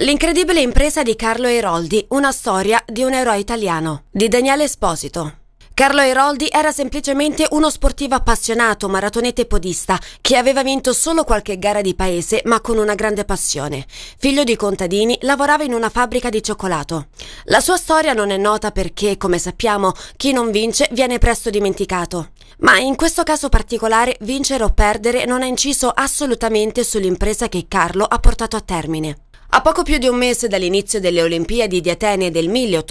L'incredibile impresa di Carlo Airoldi, una storia di un eroe italiano, di Daniele Esposito. Carlo Airoldi era semplicemente uno sportivo appassionato, maratoneta e podista, che aveva vinto solo qualche gara di paese, ma con una grande passione. Figlio di contadini, lavorava in una fabbrica di cioccolato. La sua storia non è nota perché, come sappiamo, chi non vince viene presto dimenticato. Ma in questo caso particolare, vincere o perdere non ha inciso assolutamente sull'impresa che Carlo ha portato a termine. A poco più di un mese dall'inizio delle Olimpiadi di Atene del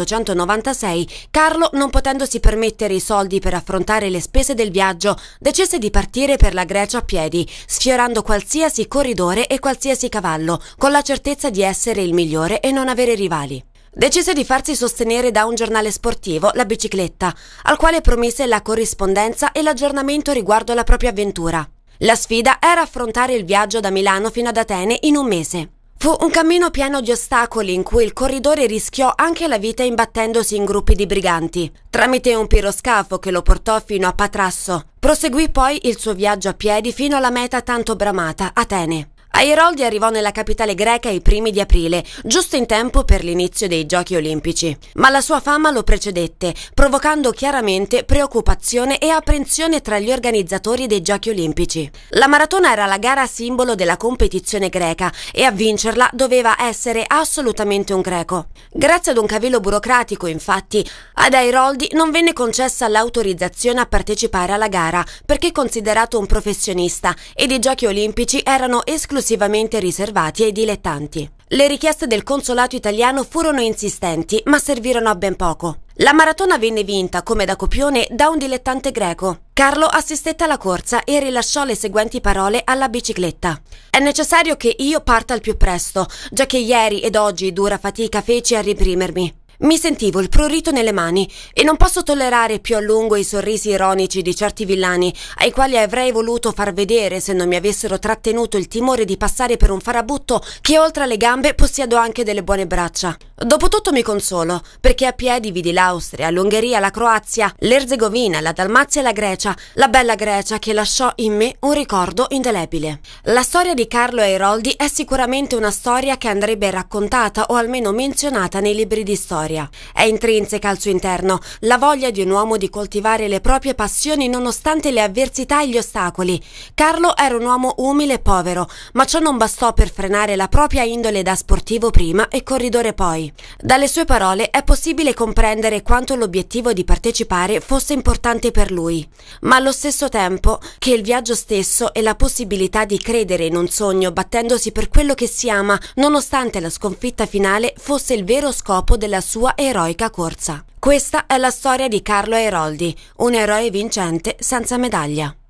1896, Carlo, non potendosi permettere i soldi per affrontare le spese del viaggio, decise di partire per la Grecia a piedi, sfiorando qualsiasi corridore e qualsiasi cavallo, con la certezza di essere il migliore e non avere rivali. Decise di farsi sostenere da un giornale sportivo, La Bicicletta, al quale promise la corrispondenza e l'aggiornamento riguardo alla propria avventura. La sfida era affrontare il viaggio da Milano fino ad Atene in un mese. Fu un cammino pieno di ostacoli in cui il corridore rischiò anche la vita imbattendosi in gruppi di briganti. Tramite un piroscafo che lo portò fino a Patrasso, proseguì poi il suo viaggio a piedi fino alla meta tanto bramata, Atene. Airoldi arrivò nella capitale greca ai primi di aprile, giusto in tempo per l'inizio dei Giochi Olimpici. Ma la sua fama lo precedette, provocando chiaramente preoccupazione e apprensione tra gli organizzatori dei Giochi Olimpici. La maratona era la gara simbolo della competizione greca e a vincerla doveva essere assolutamente un greco. Grazie ad un cavillo burocratico, infatti, ad Airoldi non venne concessa l'autorizzazione a partecipare alla gara perché considerato un professionista ed i Giochi Olimpici erano esclusivamente riservati ai dilettanti. Le richieste del consolato italiano furono insistenti, ma servirono a ben poco. La maratona venne vinta, come da copione, da un dilettante greco. Carlo assistette alla corsa e rilasciò le seguenti parole alla Bicicletta. «È necessario che io parta al più presto, già che ieri ed oggi dura fatica feci a riprimermi. Mi sentivo il prurito nelle mani e non posso tollerare più a lungo i sorrisi ironici di certi villani ai quali avrei voluto far vedere, se non mi avessero trattenuto il timore di passare per un farabutto, che oltre alle gambe possiedo anche delle buone braccia. Dopotutto mi consolo, perché a piedi vidi l'Austria, l'Ungheria, la Croazia, l'Erzegovina, la Dalmazia e la Grecia, la bella Grecia che lasciò in me un ricordo indelebile». La storia di Carlo Airoldi è sicuramente una storia che andrebbe raccontata o almeno menzionata nei libri di storia. È intrinseca al suo interno la voglia di un uomo di coltivare le proprie passioni nonostante le avversità e gli ostacoli. Carlo era un uomo umile e povero, ma ciò non bastò per frenare la propria indole da sportivo prima e corridore poi. Dalle sue parole è possibile comprendere quanto l'obiettivo di partecipare fosse importante per lui, ma allo stesso tempo che il viaggio stesso e la possibilità di credere in un sogno battendosi per quello che si ama nonostante la sconfitta finale fosse il vero scopo della sua eroica corsa. Questa è la storia di Carlo Airoldi, un eroe vincente senza medaglia.